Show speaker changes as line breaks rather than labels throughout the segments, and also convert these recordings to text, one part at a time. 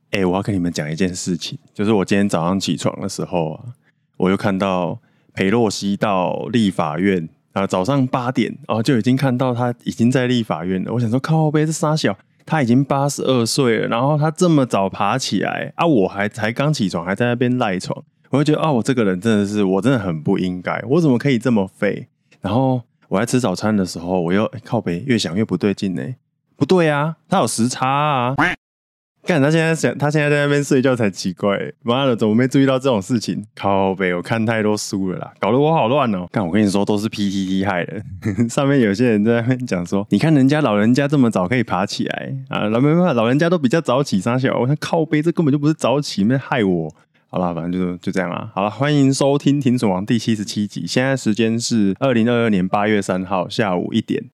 我要跟你们讲一件事情，就是我今天早上起床的时候啊，我又看到裴洛西到立法院早上8点就已经看到他已经在立法院了。我想说靠北，这傻小，他已经82岁了，然后他这么早爬起来我才刚起床，还在那边赖床，我就觉得我这个人真的是，我真的很不应该，我怎么可以这么废？然后我在吃早餐的时候，我又靠北，越想越不对劲不对啊，他有时差啊。干，他现在在那边睡觉才奇怪，妈的，怎么没注意到这种事情？靠北，我看太多书了啦，搞得我好乱哦。干，我跟你说，都是 PTT 害的。上面有些人在那边讲说，你看人家老人家这么早可以爬起来老人家都比较早起，三小，我看靠北，这根本就不是早起，没害我。好啦，反正就这样啦。好了，欢迎收听《停损王》第77集，现在时间是2022年8月3号下午1点。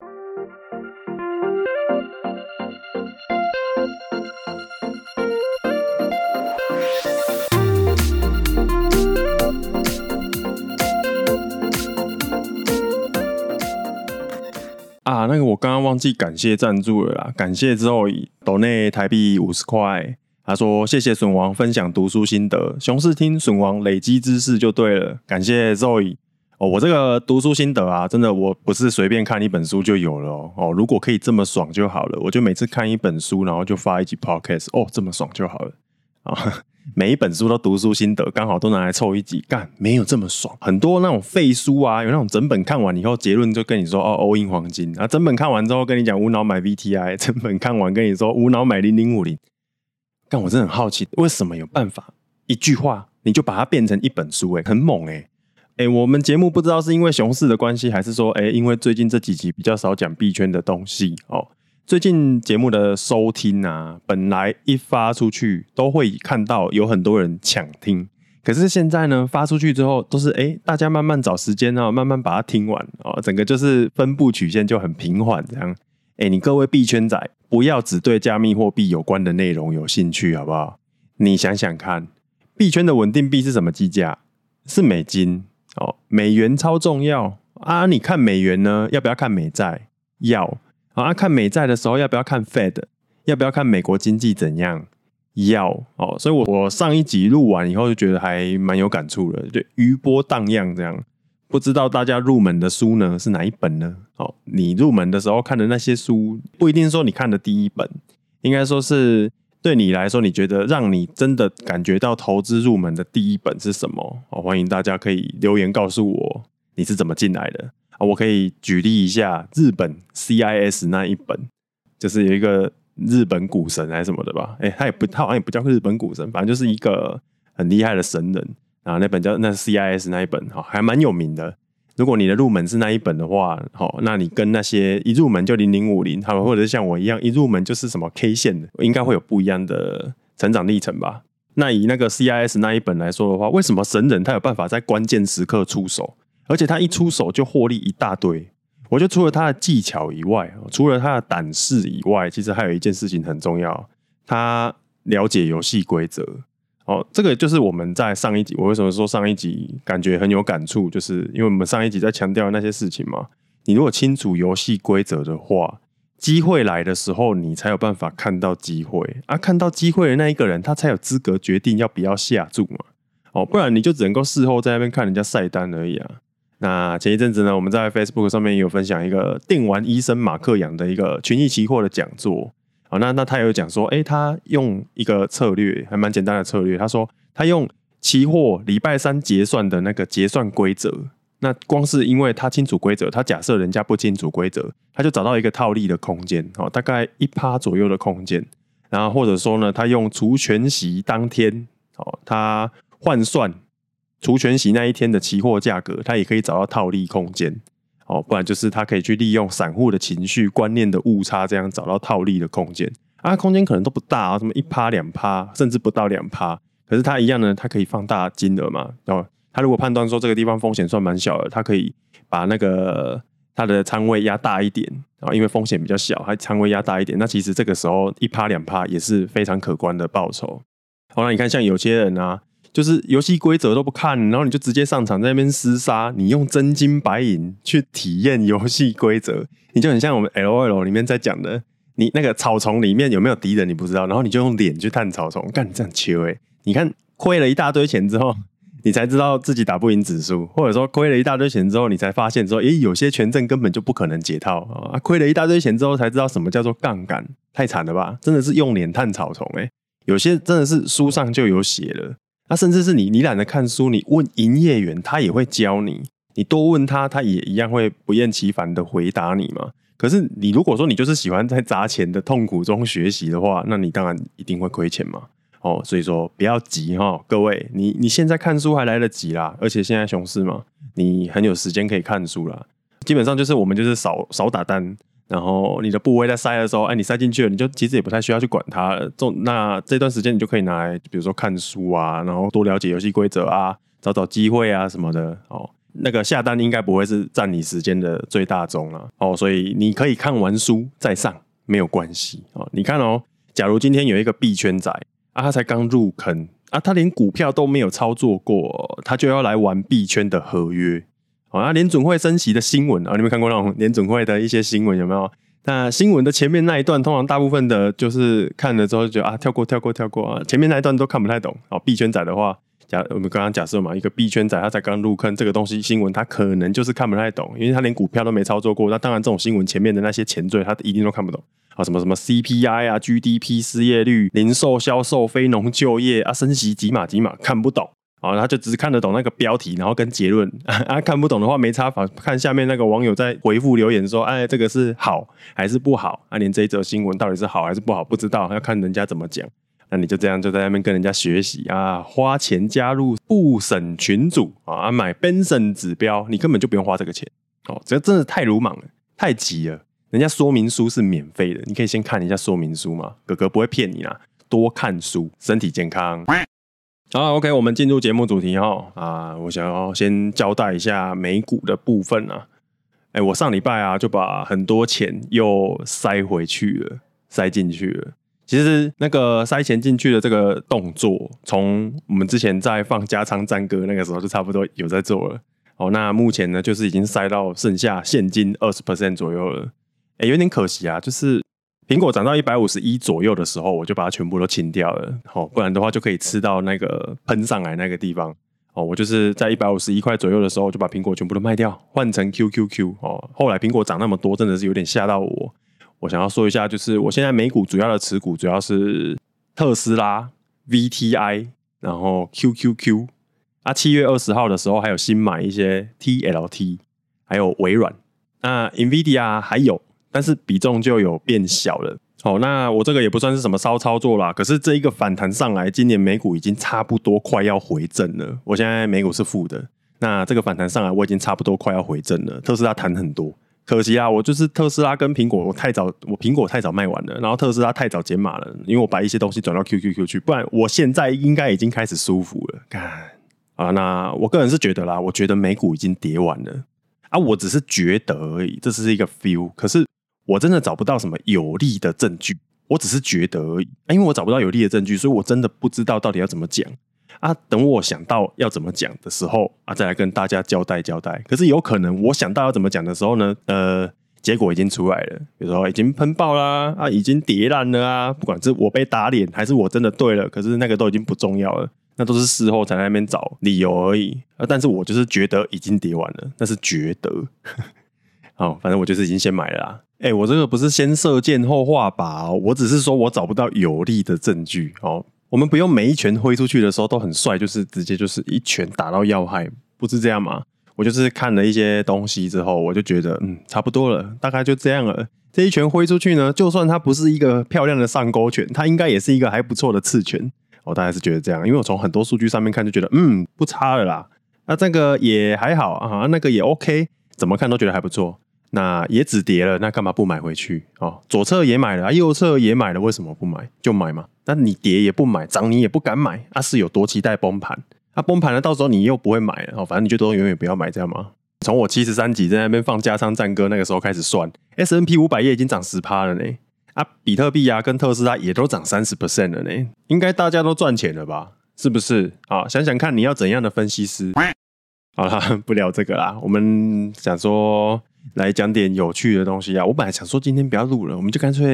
那个我刚刚忘记感谢赞助了啦，感谢之后抖内台币50块，他说谢谢损王分享读书心得，熊市听损王累积知识就对了，感谢 Zoe。我这个读书心得真的我不是随便看一本书就有了如果可以这么爽就好了，我就每次看一本书然后就发一集 podcast， 这么爽就好了每一本书都读书心得，刚好都拿来凑一集，干没有这么爽。很多那种废书有那种整本看完以后结论就跟你说all in黄金整本看完之后跟你讲无脑买 VTI， 整本看完跟你说无脑买0050。干，我真的很好奇，为什么有办法一句话你就把它变成一本书很猛我们节目不知道是因为熊市的关系，还是说因为最近这几集比较少讲币圈的东西最近节目的收听本来一发出去都会看到有很多人抢听，可是现在呢发出去之后都是大家慢慢找时间慢慢把它听完整个就是分布曲线就很平缓这样。你各位币圈仔不要只对加密货币有关的内容有兴趣好不好？你想想看，币圈的稳定币是什么计价？是美金美元超重要你看美元呢，要不要看美债？要看美债的时候要不要看 Fed？ 要不要看美国经济怎样？要所以我上一集录完以后就觉得还蛮有感触的，就余波荡漾这样。不知道大家入门的书呢是哪一本呢？你入门的时候看的那些书，不一定说你看的第一本，应该说是对你来说，你觉得让你真的感觉到投资入门的第一本是什么？欢迎大家可以留言告诉我你是怎么进来的。我可以举例一下日本 CIS 那一本，就是有一个日本股神还是什么的吧，他好像也不叫日本股神，反正就是一个很厉害的神人那本叫那 CIS 那一本还蛮有名的。如果你的入门是那一本的话那你跟那些一入门就0050或者是像我一样一入门就是什么 K 线的，应该会有不一样的成长历程吧。那以那个 CIS 那一本来说的话，为什么神人他有办法在关键时刻出手，而且他一出手就获利一大堆？我觉得除了他的技巧以外，除了他的胆识以外，其实还有一件事情很重要，他了解游戏规则这个就是我们在上一集，我为什么说上一集感觉很有感触，就是因为我们上一集在强调那些事情嘛。你如果清楚游戏规则的话，机会来的时候你才有办法看到机会看到机会的那一个人他才有资格决定要不要下注嘛不然你就只能够事后在那边看人家晒单而已那前一阵子呢，我们在 Facebook 上面也有分享一个电玩医生马克养的一个群益期货的讲座那他有讲说他用一个策略还蛮简单的策略，他说他用期货礼拜三结算的那个结算规则，那光是因为他清楚规则，他假设人家不清楚规则，他就找到一个套利的空间大概 1% 左右的空间，然后或者说呢他用除权息当天他换算除权息那一天的期货价格，他也可以找到套利空间不然就是他可以去利用散户的情绪观念的误差，这样找到套利的空间空间可能都不大什么 1%、2%， 甚至不到 2%， 可是他一样呢，他可以放大金额嘛他如果判断说这个地方风险算蛮小的，他可以把那个他的仓位压大一点因为风险比较小，他仓位压大一点，那其实这个时候 1%、2% 也是非常可观的报酬那你看像有些人就是游戏规则都不看，然后你就直接上场在那边厮杀，你用真金白银去体验游戏规则，你就很像我们 LOL 里面在讲的你那个草丛里面有没有敌人你不知道，然后你就用脸去探草丛，干你这样秋你看亏了一大堆钱之后，你才知道自己打不赢指数，或者说亏了一大堆钱之后，你才发现说，有些权证根本就不可能解套啊！亏了一大堆钱之后才知道什么叫做杠杆，太惨了吧？真的是用脸探草丛有些真的是书上就有写了，甚至是你懒得看书，你问营业员他也会教你，你多问他，他也一样会不厌其烦的回答你嘛。可是你如果说你就是喜欢在砸钱的痛苦中学习的话，那你当然一定会亏钱嘛。所以说不要急各位，你现在看书还来得及啦，而且现在熊市嘛，你很有时间可以看书啦。基本上就是我们就是少打单，然后你的部位在塞的时候，你塞进去了，你就其实也不太需要去管它了。那这段时间你就可以拿来，比如说看书啊，然后多了解游戏规则啊，找机会啊什么的那个下单应该不会是占你时间的最大宗啦所以你可以看完书再上没有关系你看假如今天有一个币圈仔他才刚入坑他连股票都没有操作过他就要来玩币圈的合约联准会升息的新闻你有没有看过那种联准会的一些新闻有没有？那新闻的前面那一段通常大部分的就是看了之后就觉得跳过前面那一段都看不太懂币圈仔的话我们刚刚假设嘛，一个币圈仔他才刚入坑，这个东西新闻他可能就是看不太懂，因为他连股票都没操作过。那当然这种新闻前面的那些前缀他一定都看不懂什么 CPI 啊 GDP 失业率零售销售非农就业升息几码看不懂他就只是看得懂那个标题然后跟结论看不懂的话没差法，看下面那个网友在回复留言说这个是好还是不好连这一则新闻到底是好还是不好不知道，要看人家怎么讲。那你就这样就在那边跟人家学习花钱加入不审群组买 Benson 指标，你根本就不用花这个钱这真的太鲁莽了，太急了。人家说明书是免费的，你可以先看一下说明书嘛，哥哥不会骗你啦，多看书，身体健康。好 OK， 我们进入节目主题我想要先交代一下美股的部分我上礼拜就把很多钱又塞进去了。其实那个塞钱进去的这个动作，从我们之前在放加仓战歌那个时候就差不多有在做了那目前呢就是已经塞到剩下现金 20% 左右了有点可惜就是苹果涨到151左右的时候我就把它全部都清掉了不然的话就可以吃到那个喷上来那个地方我就是在151块左右的时候就把苹果全部都卖掉换成 QQQ 后来苹果涨那么多真的是有点吓到我想要说一下，就是我现在美股主要的持股主要是特斯拉、VTI， 然后 QQQ 7月20号的时候还有新买一些 TLT， 还有微软。那 NVIDIA 还有，但是比重就有变小了。那我这个也不算是什么骚操作啦，可是这一个反弹上来，今年美股已经差不多快要回正了。我现在美股是负的，那这个反弹上来我已经差不多快要回正了。特斯拉弹很多。可惜我就是特斯拉跟苹果我苹果太早卖完了，然后特斯拉太早减码了，因为我把一些东西转到 QQQ 去，不然我现在应该已经开始舒服了。那我个人是觉得啦，我觉得美股已经跌完了我只是觉得而已，这是一个 feel， 可是我真的找不到什么有力的证据，我只是觉得而已因为我找不到有力的证据，所以我真的不知道到底要怎么讲等我想到要怎么讲的时候再来跟大家交代。可是有可能我想到要怎么讲的时候呢结果已经出来了，比如说已经喷爆啦已经跌烂了不管是我被打脸还是我真的对了，可是那个都已经不重要了，那都是事后才在那边找理由而已但是我就是觉得已经跌完了，那是觉得反正我就是已经先买了啦我这个不是先射箭后画靶我只是说我找不到有力的证据我们不用每一拳挥出去的时候都很帅，就是直接就是一拳打到要害，不是这样吗？我就是看了一些东西之后，我就觉得差不多了，大概就这样了。这一拳挥出去呢，就算它不是一个漂亮的上勾拳，它应该也是一个还不错的刺拳。我大概是觉得这样，因为我从很多数据上面看就觉得不差了啦。那这个也还好那个也 OK， 怎么看都觉得还不错。那也止跌了，那干嘛不买回去左侧也买了右侧也买了，为什么不买？就买嘛。那你跌也不买，涨你也不敢买是有多期待崩盘崩盘了到时候你又不会买了反正你就都永远不要买，这样吗？从我73集在那边放加仓战歌那个时候开始算 S&P 500页已经涨 10% 了呢比特币跟特斯拉也都涨 30% 了呢，应该大家都赚钱了吧？是不是想想看你要怎样的分析师。好啦，不聊这个啦，我们想说来讲点有趣的东西我本来想说今天不要录了，我们就干脆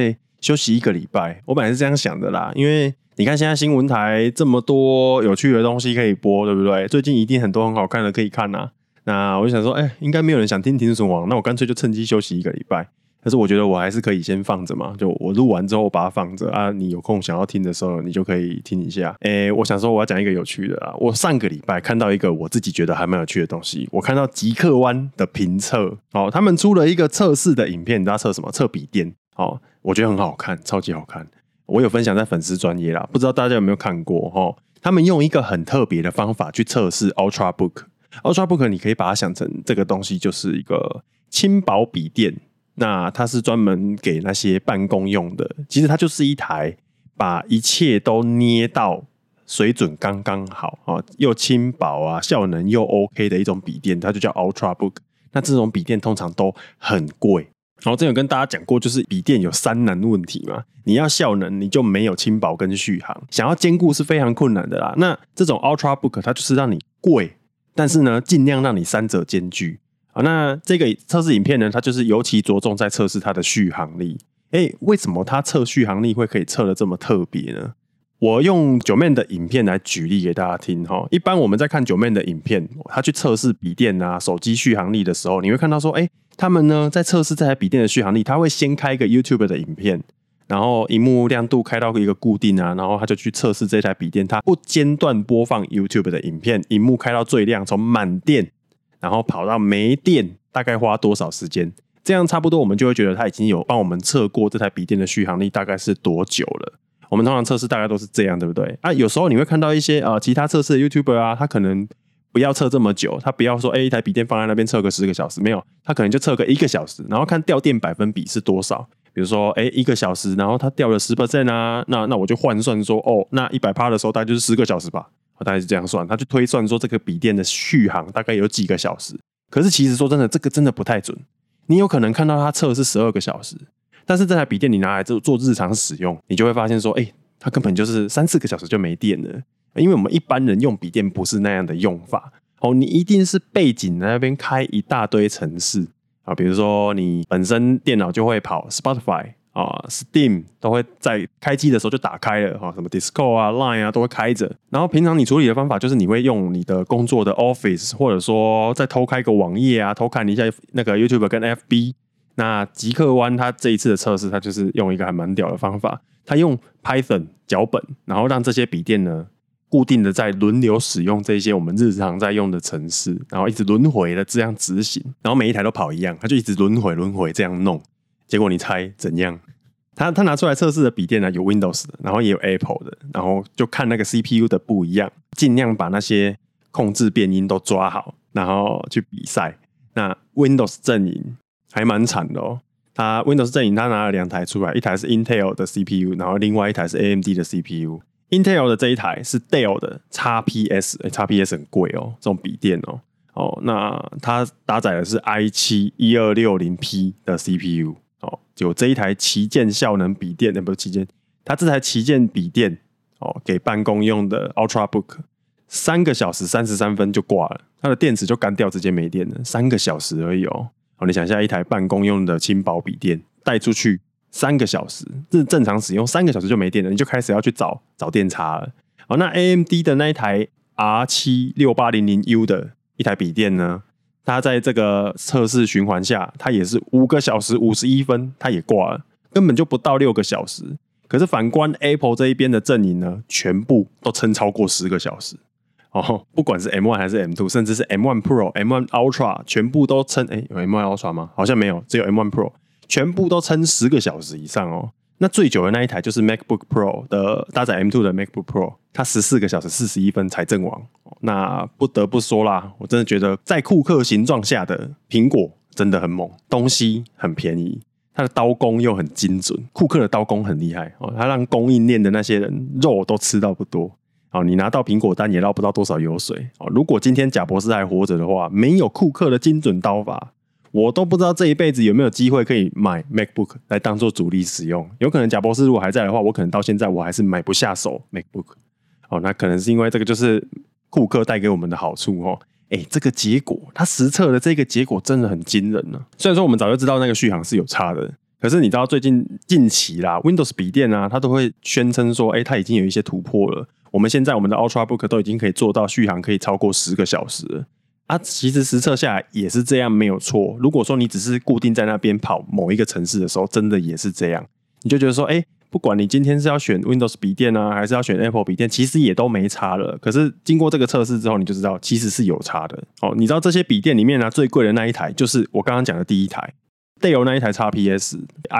休息1个礼拜。我本来是这样想的啦，因为你看现在新闻台这么多有趣的东西可以播，对不对？最近一定很多很好看的可以看啊。那我就想说，应该没有人想听停损王，那我干脆就趁机休息1个礼拜。可是我觉得我还是可以先放着嘛，就我录完之后把它放着啊，你有空想要听的时候，你就可以听一下。我想说我要讲一个有趣的啊，我上个礼拜看到一个我自己觉得还蛮有趣的东西，我看到极客湾的评测，他们出了一个测试的影片，你知道测什么？测笔电，我觉得很好看，超级好看。我有分享在粉丝专页啦，不知道大家有没有看过他们用一个很特别的方法去测试 Ultrabook。Ultrabook 你可以把它想成这个东西就是一个轻薄笔电。那它是专门给那些办公用的，其实它就是一台把一切都捏到水准刚刚好又轻薄啊，效能又 OK 的一种笔电，它就叫 Ultrabook。那这种笔电通常都很贵，然后之前有跟大家讲过，就是笔电有3难问题嘛，你要效能你就没有轻薄跟续航，想要兼顾是非常困难的啦。那这种 Ultrabook 它就是让你贵，但是呢尽量让你3者兼具。好，那这个测试影片呢，它就是尤其着重在测试它的续航力。为什么它测续航力会可以测得这么特别呢？我用9man的影片来举例给大家听一般我们在看9man的影片，它去测试笔电啊、手机续航力的时候，你会看到说，他们呢在测试这台笔电的续航力，他会先开一个 YouTube 的影片，然后萤幕亮度开到一个固定啊，然后他就去测试这台笔电，它不间断播放 YouTube 的影片，萤幕开到最亮，从满电然后跑到没电大概花多少时间，这样差不多我们就会觉得它已经有帮我们测过这台笔电的续航力大概是多久了。我们通常测试大概都是这样，对不对有时候你会看到一些其他测试的 YouTuber 啊，他可能不要测这么久，他不要说一台笔电放在那边测个10个小时，没有，他可能就测个1个小时，然后看掉电百分比是多少。比如说1个小时然后它掉了 10% 啊，那我就换算说那 100% 的时候大概就是10个小时吧，大概是这样算，他就推算说这个笔电的续航大概有几个小时。可是其实说真的，这个真的不太准。你有可能看到它测是12个小时，但是这台笔电你拿来做日常使用，你就会发现说它根本就是3-4个小时就没电了。因为我们一般人用笔电不是那样的用法你一定是背景在那边开一大堆程式比如说你本身电脑就会跑 Spotify Steam 都会在开机的时候就打开了什么 Discord 啊 Line 啊都会开着，然后平常你处理的方法就是你会用你的工作的 Office 或者说再偷开个网页啊，偷看一下那个 YouTube 跟 FB。 那极客湾它这一次的测试，它就是用一个还蛮屌的方法，它用 Python 脚本，然后让这些笔电呢固定的在轮流使用这些我们日常在用的程式，然后一直轮回的这样执行，然后每一台都跑一样，它就一直轮回这样弄。结果你猜怎样？他拿出来测试的笔电呢，有 Windows 的，然后也有 Apple 的，然后就看那个 CPU 的不一样，尽量把那些控制变音都抓好，然后去比赛。那 Windows 阵营还蛮惨的他 Windows 阵营他拿了2台出来，一台是 Intel 的 CPU， 然后另外一台是 AMD 的 CPU。Intel 的这一台是 Dell 的 XPS，XPS 很贵这种笔电那它搭载的是 i7-1260P 的 CPU。有这一台旗舰效能笔电，不是旗舰，它这台旗舰笔电给办公用的 Ultrabook 3个小时33分就挂了，它的电池就干掉，直接没电了，3个小时而已你想一下，一台办公用的轻薄笔电带出去3个小时，这是正常使用3个小时就没电了，你就开始要去找电差了。那 AMD 的那一台 R76800U 的一台笔电呢，它在这个测试循环下，它也是5个小时51分，它也挂了，根本就不到6个小时。可是反观 Apple 这一边的阵营呢，全部都撑超过10个小时不管是 M1 还是 M2， 甚至是 M1 Pro、M1 Ultra， 全部都撑有 M1 Ultra 吗？好像没有，只有 M1 Pro， 全部都撑10个小时以上那最久的那一台就是 MacBook Pro 的搭载 M2 的 MacBook Pro， 它14个小时41分才阵亡。那不得不说啦，我真的觉得在库克形状下的苹果真的很猛，东西很便宜，它的刀工又很精准。库克的刀工很厉害它让供应链的那些人肉都吃到不多你拿到苹果单也捞不到多少油水如果今天贾博士还活着的话，没有库克的精准刀法，我都不知道这一辈子有没有机会可以买 MacBook 来当做主力使用。有可能贾博士如果还在的话，我可能到现在我还是买不下手 MacBook 那可能是因为这个就是库克带给我们的好处这个结果他实测的这个结果真的很惊人虽然说我们早就知道那个续航是有差的， 可是你知道最近期啦 Windows 笔电啊，它都会宣称说它已经有一些突破了，我们现在我们的 Ultrabook 都已经可以做到续航可以超过10个小时了啊。其实实测下来也是这样没有错，如果说你只是固定在那边跑某一个城市的时候，真的也是这样，你就觉得说不管你今天是要选 Windows 笔电啊，还是要选 Apple 笔电，其实也都没差了。可是经过这个测试之后，你就知道其实是有差的。你知道这些笔电里面最贵的那一台就是我刚刚讲的第一台 Dell 那一台 XPS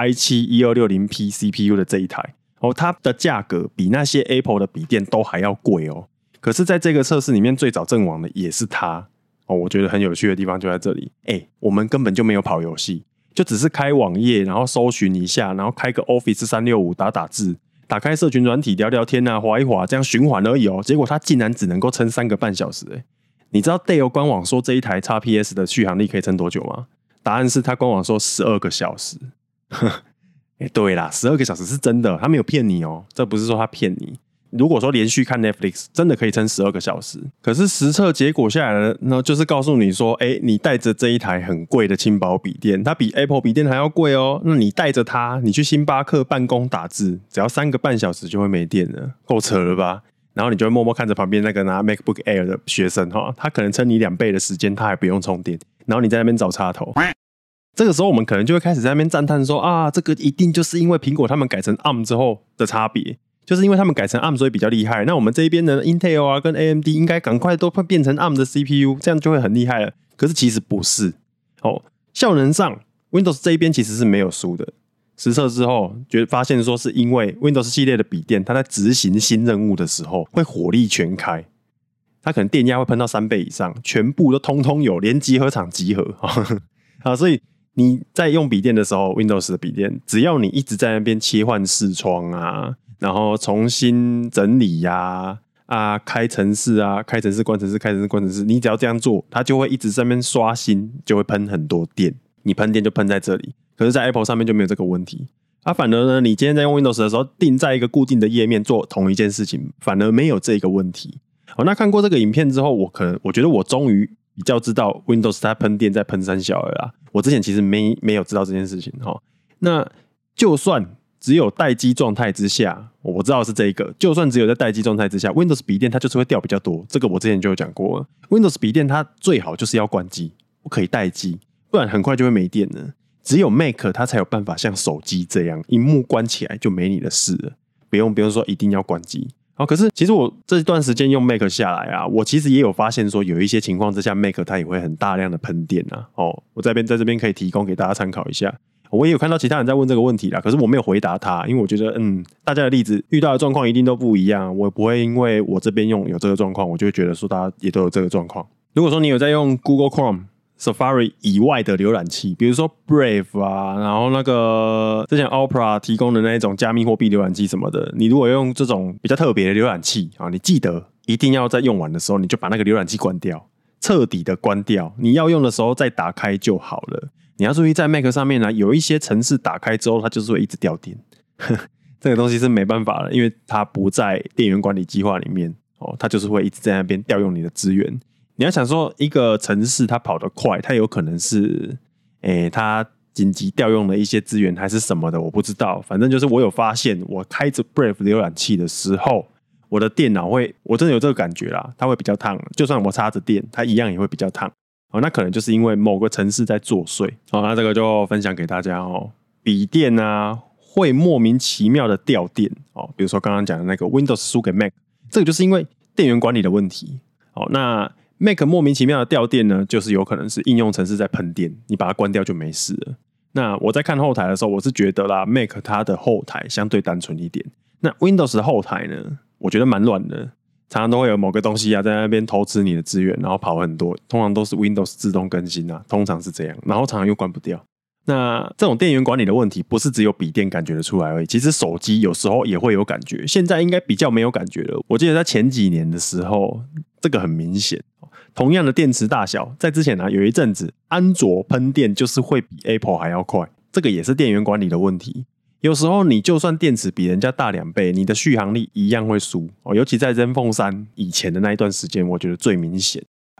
i7-1260P CPU 的这一台它的价格比那些 Apple 的笔电都还要贵哦。可是在这个测试里面最早阵亡的也是它我觉得很有趣的地方就在这里我们根本就没有跑游戏，就只是开网页，然后搜寻一下，然后开个 Office 365打字，打开社群软体聊聊天啊，滑一滑，这样循环而已结果它竟然只能够撑3个半小时你知道 Dell 官网说这一台 XPS 的续航力可以撑多久吗？答案是他官网说12个小时对啦，12个小时是真的，他没有骗你这不是说他骗你。如果说连续看 Netflix 真的可以撑12个小时，可是实测结果下来呢，就是告诉你说你带着这一台很贵的轻薄笔电，它比 Apple 笔电还要贵那你带着它，你去星巴克办公打字，只要3个半小时就会没电了，够扯了吧？然后你就会默默看着旁边那个拿 MacBook Air 的学生他可能撑你2倍的时间，他还不用充电，然后你在那边找插头。这个时候我们可能就会开始在那边赞叹说这个一定就是因为苹果他们改成 ARM 之后的差别，就是因为他们改成 ARM 所以比较厉害，那我们这一边的 Intel 啊跟 AMD 应该赶快都会变成 ARM 的 CPU， 这样就会很厉害了。可是其实不是效能上 Windows 这一边其实是没有输的。实测之后发现说是因为 Windows 系列的笔电它在执行新任务的时候会火力全开，它可能电压会喷到3倍以上，全部都通通有，连集合场集合所以你在用笔电的时候 Windows 的笔电，只要你一直在那边切换视窗啊，然后重新整理开程式开程式关程式开程式关程式，你只要这样做，它就会一直在那边刷新，就会喷很多电，你喷电就喷在这里。可是在 Apple 上面就没有这个问题反而呢，你今天在用 Windows 的时候定在一个固定的页面做同一件事情，反而没有这个问题那看过这个影片之后，我觉得我终于比较知道 Windows 它喷电在喷三小了啦。我之前其实没有知道这件事情那就算只有待机状态之下，我知道是这个，就算只有在待机状态之下 Windows 笔电它就是会掉比较多，这个我之前就有讲过了。 Windows 笔电它最好就是要关机，不可以待机，不然很快就会没电了。只有 Mac 它才有办法像手机这样萤幕关起来就没你的事了，不用说一定要关机可是其实我这段时间用 Mac 下来我其实也有发现说有一些情况之下 Mac 它也会很大量的喷电我在这边可以提供给大家参考一下。我也有看到其他人在问这个问题啦，可是我没有回答他，因为我觉得大家的例子遇到的状况一定都不一样，我不会因为我这边用有这个状况，我就会觉得说大家也都有这个状况。如果说你有在用 Google Chrome、Safari 以外的浏览器，比如说 Brave 然后那个之前 Opera 提供的那一种加密货币浏览器什么的，你如果用这种比较特别的浏览器你记得一定要在用完的时候你就把那个浏览器关掉，彻底的关掉，你要用的时候再打开就好了。你要注意在 Mac 上面有一些程式打开之后它就是会一直掉电这个东西是没办法的，因为它不在电源管理计划里面它就是会一直在那边调用你的资源。你要想说一个程式它跑得快，它有可能是它紧急调用了一些资源还是什么的，我不知道。反正就是我有发现我开着 Brave 浏览器的时候，我的电脑我真的有这个感觉啦，它会比较烫，就算我插着电它一样也会比较烫那可能就是因为某个程式在作祟那这个就分享给大家笔电会莫名其妙的掉电比如说刚刚讲的那个 Windows 输给 Mac， 这个就是因为电源管理的问题那 Mac 莫名其妙的掉电呢，就是有可能是应用程式在喷电，你把它关掉就没事了。那我在看后台的时候，我是觉得啦 Mac 它的后台相对单纯一点，那 Windows 的后台呢，我觉得蛮乱的，常常都会有某个东西在那边偷吃你的资源，然后跑很多，通常都是 Windows 自动更新通常是这样，然后常常又关不掉。那这种电源管理的问题不是只有笔电感觉得出来而已，其实手机有时候也会有感觉，现在应该比较没有感觉了。我记得在前几年的时候这个很明显，同样的电池大小，在之前有一阵子安卓喷电就是会比 Apple 还要快，这个也是电源管理的问题。有时候你就算电池比人家大2倍，你的续航力一样会输尤其在 ZenFone 3以前的那一段时间，我觉得最明显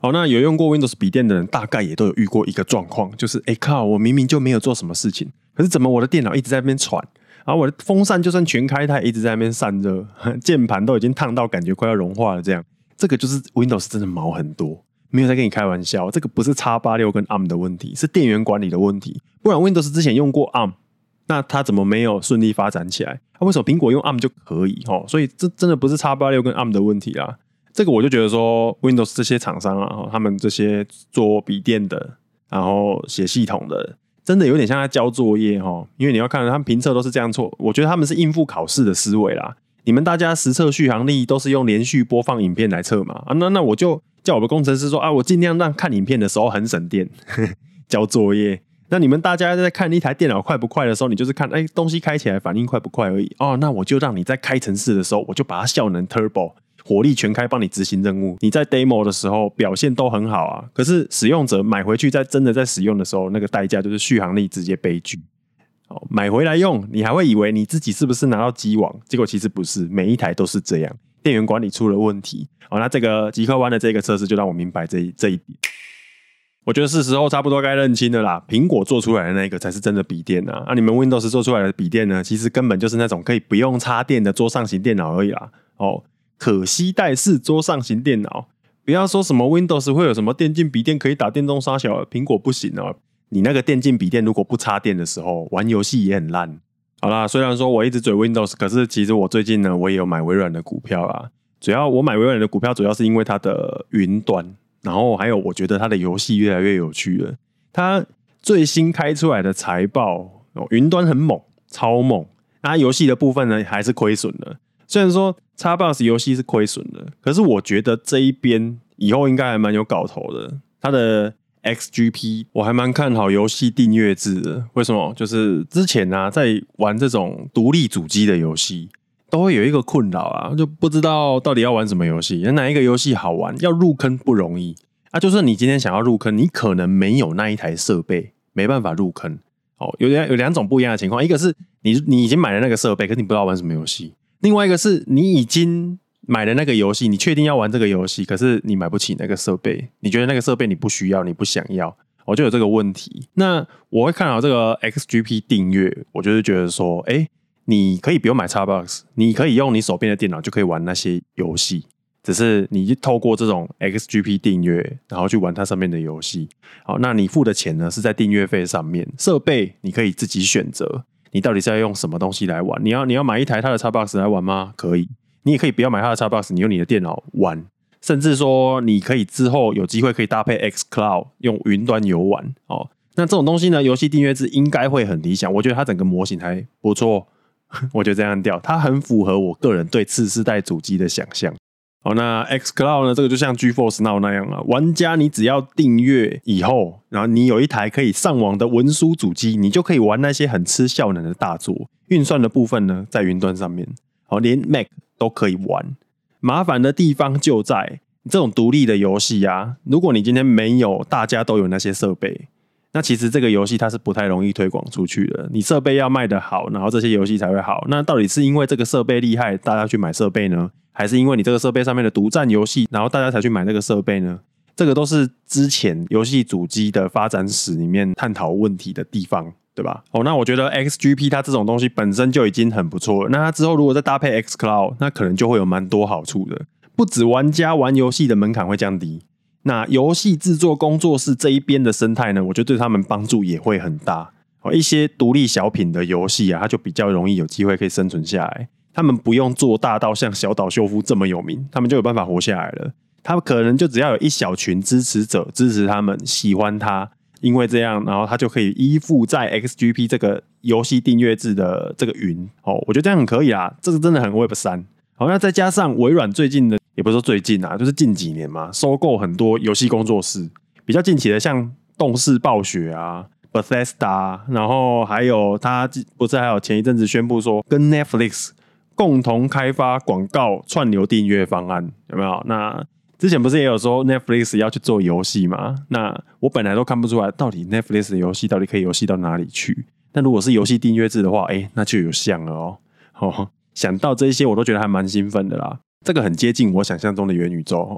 好，那有用过 Windows 笔电的人大概也都有遇过一个状况，就是靠，我明明就没有做什么事情，可是怎么我的电脑一直在那边喘，然后我的风扇就算全开它也一直在那边散热，键盘都已经烫到感觉快要融化了这样。这个就是 Windows 真的毛很多，没有在跟你开玩笑，这个不是 X86 跟 ARM 的问题，是电源管理的问题。不然 Windows 之前用过 ARM， 那它怎么没有顺利发展起来？为什么苹果用 ARM 就可以？所以这真的不是 X86 跟 ARM 的问题啦。这个我就觉得说 Windows 这些厂商啊，他们这些做笔电的，然后写系统的，真的有点像在交作业因为你要看他们评测都是这样做，我觉得他们是应付考试的思维啦。你们大家实测续航力都是用连续播放影片来测嘛？那我就叫我的工程师说我尽量让看影片的时候很省电，交作业。那你们大家在看一台电脑快不快的时候，你就是看东西开起来反应快不快而已那我就让你在开程式的时候，我就把它效能 Turbo。火力全开帮你执行任务，你在 demo 的时候表现都很好啊，可是使用者买回去真的在使用的时候，那个代价就是续航力直接悲剧。买回来用你还会以为你自己是不是拿到机网，结果其实不是，每一台都是这样，电源管理出了问题。那这个极客湾的这个测试就让我明白这一点。我觉得是时候差不多该认清了啦，苹果做出来的那个才是真的笔电啊，你们 Windows 做出来的笔电呢，其实根本就是那种可以不用插电的桌上型电脑而已啦。可携带式桌上型电脑，不要说什么 Windows 会有什么电竞笔电可以打电动杀小，苹果不行你那个电竞笔电如果不插电的时候，玩游戏也很烂。好啦，虽然说我一直嘴 Windows， 可是其实我最近呢，我也有买微软的股票啦。主要我买微软的股票主要是因为它的云端，然后还有我觉得它的游戏越来越有趣了。它最新开出来的财报，云端很猛，超猛。那游戏的部分呢，还是亏损的。虽然说 Xbox 游戏是亏损的，可是我觉得这一边以后应该还蛮有搞头的。它的 XGP 我还蛮看好游戏订阅制的。为什么？就是之前在玩这种独立主机的游戏，都会有一个困扰就不知道到底要玩什么游戏，哪一个游戏好玩，要入坑不容易就是你今天想要入坑，你可能没有那一台设备，没办法入坑。有两种不一样的情况，一个是你已经买了那个设备，可是你不知道玩什么游戏。另外一个是你已经买了那个游戏，你确定要玩这个游戏，可是你买不起那个设备，你觉得那个设备你不需要，你不想要，就有这个问题。那我会看好这个 XGP 订阅，我就是觉得说你可以不用买 Xbox， 你可以用你手边的电脑就可以玩那些游戏，只是你透过这种 XGP 订阅然后去玩它上面的游戏。好，那你付的钱呢是在订阅费上面，设备你可以自己选择，你到底是要用什么东西来玩？你要买一台它的 Xbox 来玩吗？可以，你也可以不要买它的 Xbox， 你用你的电脑玩，甚至说你可以之后有机会可以搭配 xCloud 用云端游玩那这种东西呢，游戏订阅制应该会很理想，我觉得它整个模型还不错，我觉得这样调，它很符合我个人对次世代主机的想象。那 xCloud 呢，这个就像 GeForce Now 那样玩家你只要订阅以后，然后你有一台可以上网的文书主机，你就可以玩那些很吃效能的大作。运算的部分呢，在云端上面连 Mac 都可以玩。麻烦的地方就在这种独立的游戏如果你今天没有大家都有那些设备，那其实这个游戏它是不太容易推广出去的。你设备要卖得好，然后这些游戏才会好。那到底是因为这个设备厉害大家去买设备呢，还是因为你这个设备上面的独占游戏，然后大家才去买那个设备呢？这个都是之前游戏主机的发展史里面探讨问题的地方，对吧？那我觉得 XGP 它这种东西本身就已经很不错了，那它之后如果再搭配 xCloud， 那可能就会有蛮多好处的。不止玩家玩游戏的门槛会降低，那游戏制作工作室这一边的生态呢，我觉得对他们帮助也会很大。一些独立小品的游戏它就比较容易有机会可以生存下来。他们不用做大到像小岛秀夫这么有名，他们就有办法活下来了。他们可能就只要有一小群支持者支持他们，喜欢他，因为这样，然后他就可以依附在 XGP 这个游戏订阅制的这个云。我觉得这样很可以啦，这个真的很 Web3。那再加上微软最近的，也不是说最近就是近几年嘛，收购很多游戏工作室，比较近期的像动视暴雪Bethesda， 然后还有他不是还有前一阵子宣布说跟 Netflix 共同开发广告串流订阅方案，有没有？那之前不是也有说 Netflix 要去做游戏吗？那我本来都看不出来到底 Netflix 的游戏到底可以游戏到哪里去。但如果是游戏订阅制的话，那就有像了想到这些我都觉得还蛮兴奋的啦。这个很接近我想象中的元宇宙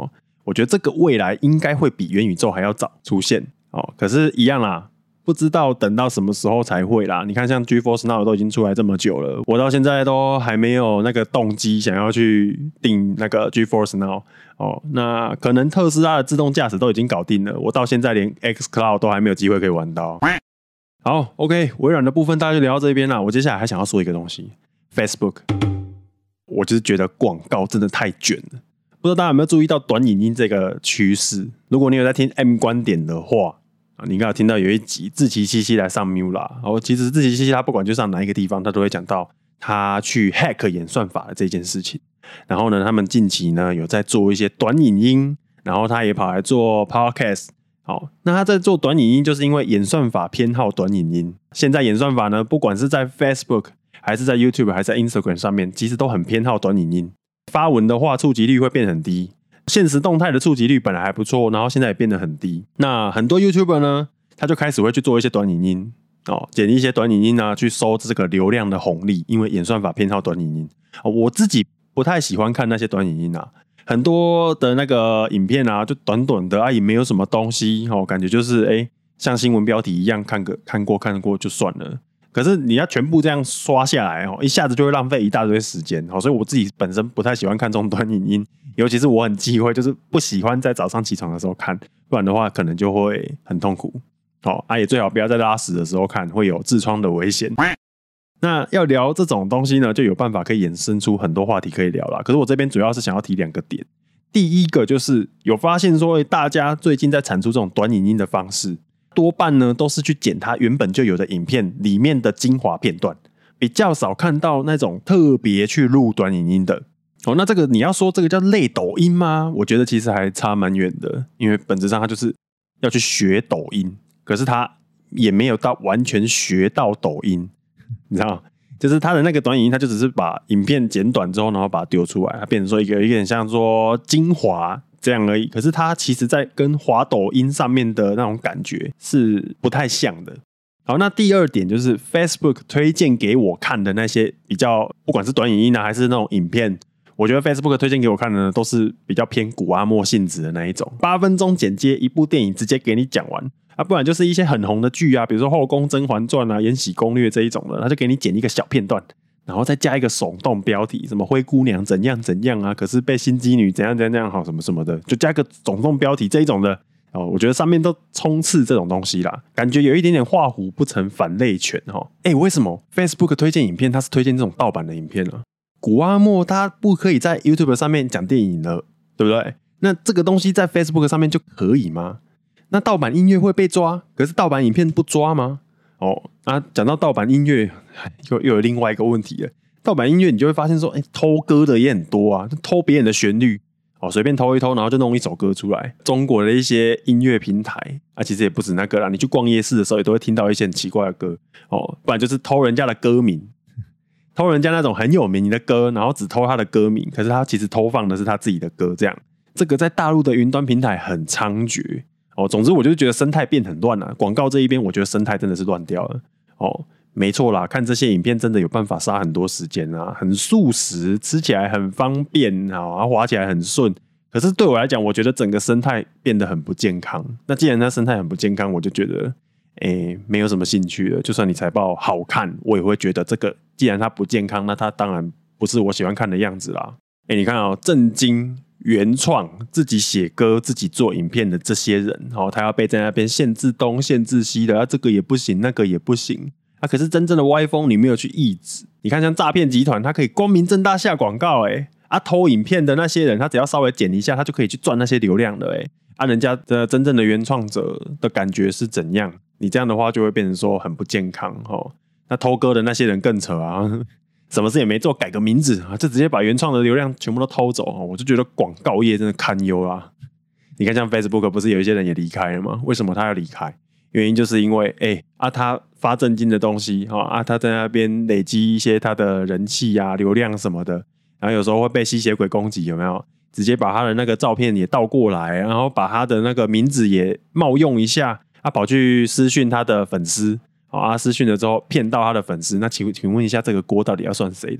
我觉得这个未来应该会比元宇宙还要早出现哦。可是，一样啦，不知道等到什么时候才会啦。你看，像 GeForce Now 都已经出来这么久了，我到现在都还没有那个动机想要去订那个 GeForce Now 哦。那可能特斯拉的自动驾驶都已经搞定了，我到现在连 xCloud 都还没有机会可以玩到。好 ，OK， 微软的部分大家就聊到这边啦。我接下来还想要说一个东西 ，Facebook， 我就是觉得广告真的太卷了。不知道大家有没有注意到短影音这个趋势？如果你有在听 M 观点的话，你应该有听到有一集志祺七七来上 Mula， 其实志祺七七他不管去上哪一个地方，他都会讲到他去 hack 演算法的这件事情。然后呢，他们近期呢有在做一些短影音，然后他也跑来做 podcast。好，那他在做短影音，就是因为演算法偏好短影音。现在演算法呢，不管是在 Facebook 还是在 YouTube 还是在 Instagram 上面，其实都很偏好短影音。发文的话，触及率会变很低。现实动态的触及率本来还不错，然后现在也变得很低。那很多 YouTuber 呢，他就开始会去做一些短影音哦，剪一些短影音啊，去收这个流量的红利，因为演算法偏好短影音。我自己不太喜欢看那些短影音啊。很多的那个影片啊，就短短的啊，也没有什么东西哦，感觉就是像新闻标题一样，看过就算了。可是你要全部这样刷下来哦，一下子就会浪费一大堆时间哦，所以我自己本身不太喜欢看这种短影音，尤其是我很忌讳，就是不喜欢在早上起床的时候看，不然的话可能就会很痛苦哦。也最好不要在拉屎的时候看，会有痔疮的危险。那要聊这种东西呢，就有办法可以衍生出很多话题可以聊啦。可是我这边主要是想要提2个点。第一个就是有发现说，大家最近在产出这种短影音的方式，多半呢都是去剪它原本就有的影片里面的精华片段，比较少看到那种特别去录短影音的。那这个你要说这个叫类抖音吗？我觉得其实还差蛮远的，因为本质上它就是要去学抖音，可是它也没有到完全学到抖音。你知道，就是他的那个短影音，他就只是把影片剪短之后，然后把它丢出来，它变成说一个有点像说精华这样而已。可是它其实在跟滑抖音上面的那种感觉是不太像的。好，那第2点就是 Facebook 推荐给我看的那些比较，不管是短影音啊，还是那种影片，我觉得 Facebook 推荐给我看的呢，都是比较偏古阿莫性质的那一种，8分钟剪接一部电影直接给你讲完。不然就是一些很红的剧啊，比如说《后宫甄嬛传》啊、《延禧攻略》这一种的，他就给你剪一个小片段，然后再加一个耸动标题，什么灰姑娘怎样怎样啊，可是被心机女怎样怎样好什么什么的，就加一个耸动标题这一种的哦。我觉得上面都充斥这种东西啦，感觉有一点点画虎不成反类犬哈。为什么 Facebook 推荐影片，它是推荐这种盗版的影片呢？古阿莫他不可以在 YouTube 上面讲电影了，对不对？那这个东西在 Facebook 上面就可以吗？那盗版音乐会被抓，可是盗版影片不抓吗？讲到盗版音乐，又有另外一个问题了。盗版音乐你就会发现说，偷歌的也很多啊，偷别人的旋律，随便偷一偷，然后就弄一首歌出来。中国的一些音乐平台其实也不止那个啦，你去逛夜市的时候也都会听到一些很奇怪的歌不然就是偷人家的歌名，偷人家那种很有名的歌，然后只偷他的歌名，可是他其实偷放的是他自己的歌，这样这个在大陆的云端平台很猖獗。总之我就是觉得生态变很乱啊，广告这一边我觉得生态真的是乱掉了没错啦，看这些影片真的有办法杀很多时间啊，很速食，吃起来很方便滑起来很顺。可是对我来讲，我觉得整个生态变得很不健康。那既然它生态很不健康，我就觉得没有什么兴趣了。就算你财报好看，我也会觉得这个既然它不健康，那它当然不是我喜欢看的样子啦。你看正经原创自己写歌自己做影片的这些人他要被在那边限制东限制西的这个也不行那个也不行可是真正的歪风你没有去抑制。你看像诈骗集团，他可以光明正大下广告偷影片的那些人，他只要稍微剪一下，他就可以去赚那些流量的人家的真正的原创者的感觉是怎样？你这样的话就会变成说很不健康那偷歌的那些人更扯啊，什么事也没做，改个名字就直接把原创的流量全部都偷走我就觉得广告业真的堪忧啦。你看像 Facebook 不是有一些人也离开了吗？为什么他要离开？原因就是因为他发正经的东西他在那边累积一些他的人气流量什么的，然后有时候会被吸血鬼攻击，有没有？直接把他的那个照片也倒过来，然后把他的那个名字也冒用一下跑去私讯他的粉丝私讯了之后骗到他的粉丝，那请问一下这个锅到底要算谁的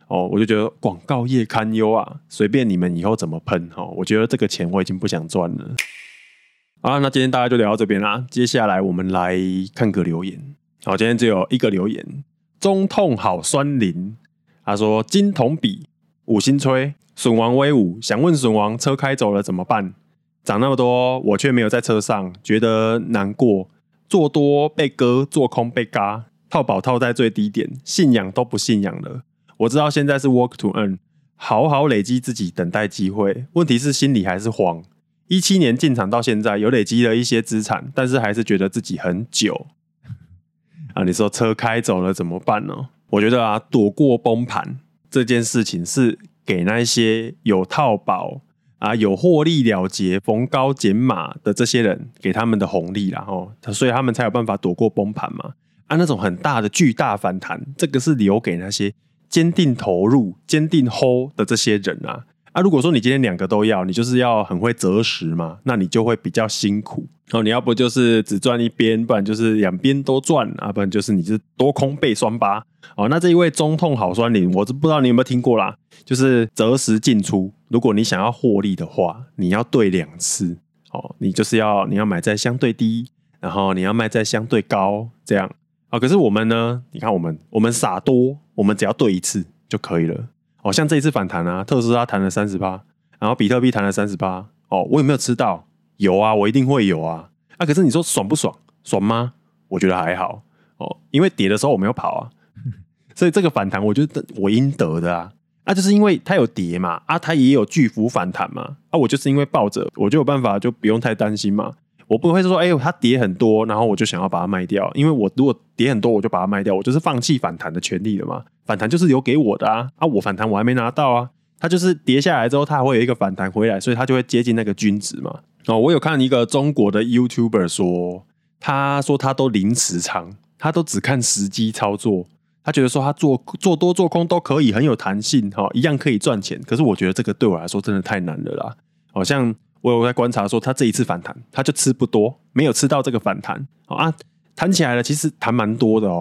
我就觉得广告业堪忧啊，随便你们以后怎么喷我觉得这个钱我已经不想赚了。好，那今天大概就聊到这边啦，接下来我们来看个留言。好，今天只有一个留言，中痛好酸林，他说金铜比5星吹，损王威武，想问损王车开走了怎么办？涨那么多我却没有在车上，觉得难过，做多被割，做空被嘎，套保套在最低点，信仰都不信仰了。我知道现在是 work to earn， 好好累积自己，等待机会，问题是心里还是慌。17年进场到现在，有累积了一些资产，但是还是觉得自己很久啊。你说车开走了怎么办呢？我觉得躲过崩盘这件事情是给那些有套保有获利了结、逢高减码的这些人给他们的红利啦所以他们才有办法躲过崩盘嘛。那种很大的巨大反弹，这个是留给那些坚定投入、坚定 hold 的这些人如果说你今天两个都要，你就是要很会择时嘛，那你就会比较辛苦你要不就是只赚一边，不然就是两边都赚不然就是你是多空倍双八那这一位中痛好酸林，我不知道你有没有听过啦，就是择时进出，如果你想要获利的话，你要对2次你就是你要买在相对低，然后你要卖在相对高，这样可是我们呢，你看我们傻多，我们只要对1次就可以了像这一次反弹特斯拉弹了 30%， 然后比特币弹了 30%， 我有没有吃到？有我一定会有可是你说爽不爽？爽吗？我觉得还好因为跌的时候我没有跑所以这个反弹我觉得我应得的就是因为它有跌嘛它也有巨幅反弹嘛我就是因为抱着，我就有办法，就不用太担心嘛。我不会说它跌很多，然后我就想要把它卖掉，因为我如果跌很多我就把它卖掉，我就是放弃反弹的权利了嘛。反弹就是留给我的我反弹我还没拿到它就是跌下来之后它还会有一个反弹回来，所以它就会接近那个均值嘛我有看一个中国的 YouTuber 说，他说他都零持仓，他都只看时机操作，他觉得说他做多做空都可以，很有弹性一样可以赚钱。可是我觉得这个对我来说真的太难了啦。好像我有在观察说，他这一次反弹他就吃不多，没有吃到这个反弹弹起来了，其实弹蛮多的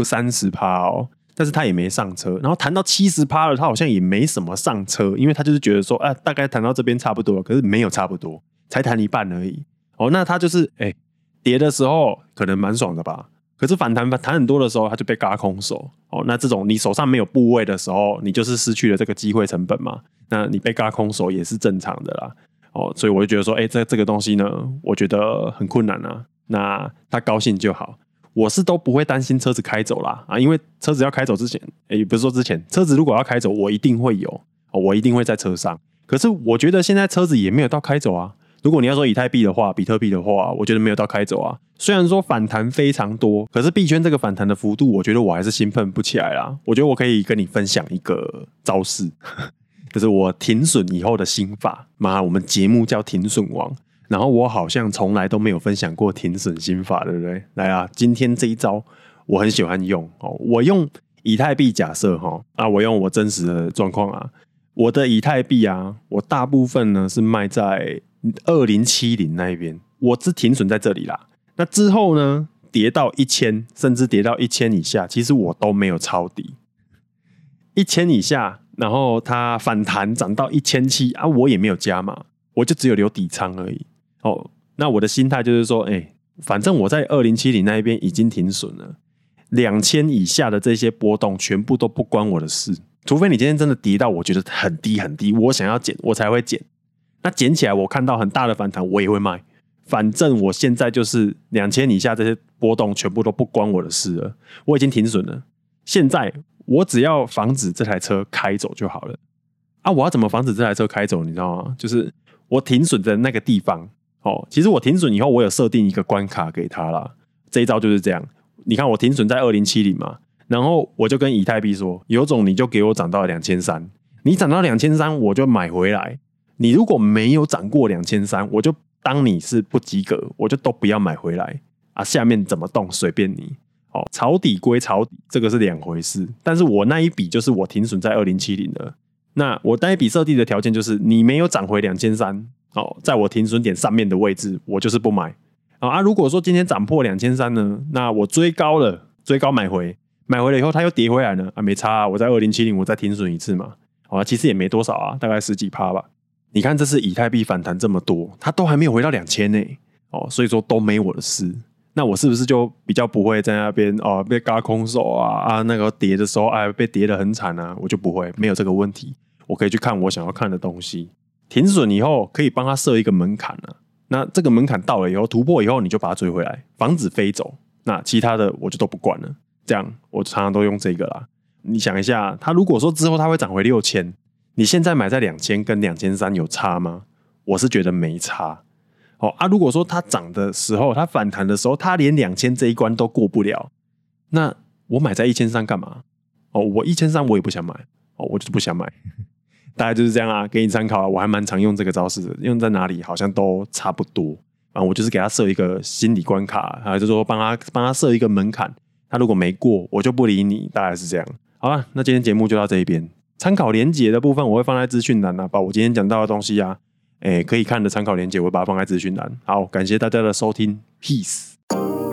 20-30%但是他也没上车，然后弹到70%了，他好像也没什么上车，因为他就是觉得说大概弹到这边差不多了，可是没有差不多，才弹一半而已那他就是跌的时候可能蛮爽的吧，可是反弹很多的时候他就被嘎空手那这种你手上没有部位的时候，你就是失去了这个机会成本嘛，那你被嘎空手也是正常的啦所以我就觉得说这个东西呢，我觉得很困难那他高兴就好，我是都不会担心车子开走啦因为车子要开走之前也不是说之前，车子如果要开走我一定会有我一定会在车上，可是我觉得现在车子也没有到开走如果你要说以太币的话，比特币的话，我觉得没有到开走虽然说反弹非常多，可是币圈这个反弹的幅度，我觉得我还是兴奋不起来啦。我觉得我可以跟你分享一个招式，就是我停损以后的心法。我们节目叫停损王，然后我好像从来都没有分享过停损心法，对不对？来今天这一招我很喜欢用我用以太币假设我用我真实的状况我的以太币我大部分呢是卖在2070那一边，我是停损在这里啦。那之后呢，跌到1000，甚至跌到1000以下，其实我都没有抄底。1000以下，然后它反弹涨到1700我也没有加码，我就只有留底仓而已。那我的心态就是说，反正我在2070那一边已经停损了，2000以下的这些波动全部都不关我的事，除非你今天真的跌到我觉得很低很低，我想要减，我才会减。那捡起来我看到很大的反弹我也会卖，反正我现在就是2000以下这些波动全部都不关我的事了，我已经停损了，现在我只要防止这台车开走就好了我要怎么防止这台车开走你知道吗？就是我停损的那个地方其实我停损以后我有设定一个关卡给他啦，这一招就是这样，你看我停损在2070嘛，然后我就跟以太币说，有种你就给我涨到2300，你涨到2300我就买回来，你如果没有涨过2300，我就当你是不及格，我就都不要买回来下面怎么动随便你抄底归抄底，这个是两回事。但是我那一笔就是我停损在2070的，那我那一笔设定的条件就是你没有涨回2300在我停损点上面的位置，我就是不买如果说今天涨破2300呢，那我追高了，追高买回， 买回来以后它又跌回来呢，没差啊，我在2070我再停损一次嘛，好啊，其实也没多少啊，大概10几%吧。你看这次以太币反弹这么多，它都还没有回到2000呢，所以说都没我的事。那我是不是就比较不会在那边被嘎空手啊那个跌的时候被跌得很惨啊？我就不会，没有这个问题，我可以去看我想要看的东西。停损以后可以帮他设一个门槛啊，那这个门槛到了以后，突破以后你就把它追回来，防止飞走。那其他的我就都不管了，这样我常常都用这个啦。你想一下，它如果说之后它会涨回6000，你现在买在2000跟2300有差吗？我是觉得没差。如果说它涨的时候，它反弹的时候，它连2000这一关都过不了，那我买在1300干嘛？我1300我也不想买，我就不想买。大概就是这样啊，给你参考啊。我还蛮常用这个招式的，用在哪里好像都差不多。反正我就是给他设一个心理关卡，就是说帮他设一个门槛。他如果没过，我就不理你，大概是这样。好了，那今天节目就到这一边。参考连结的部分我会放在资讯栏啊，把我今天讲到的东西啊，可以看的参考连结我会把它放在资讯栏。好，感谢大家的收听 ，Peace。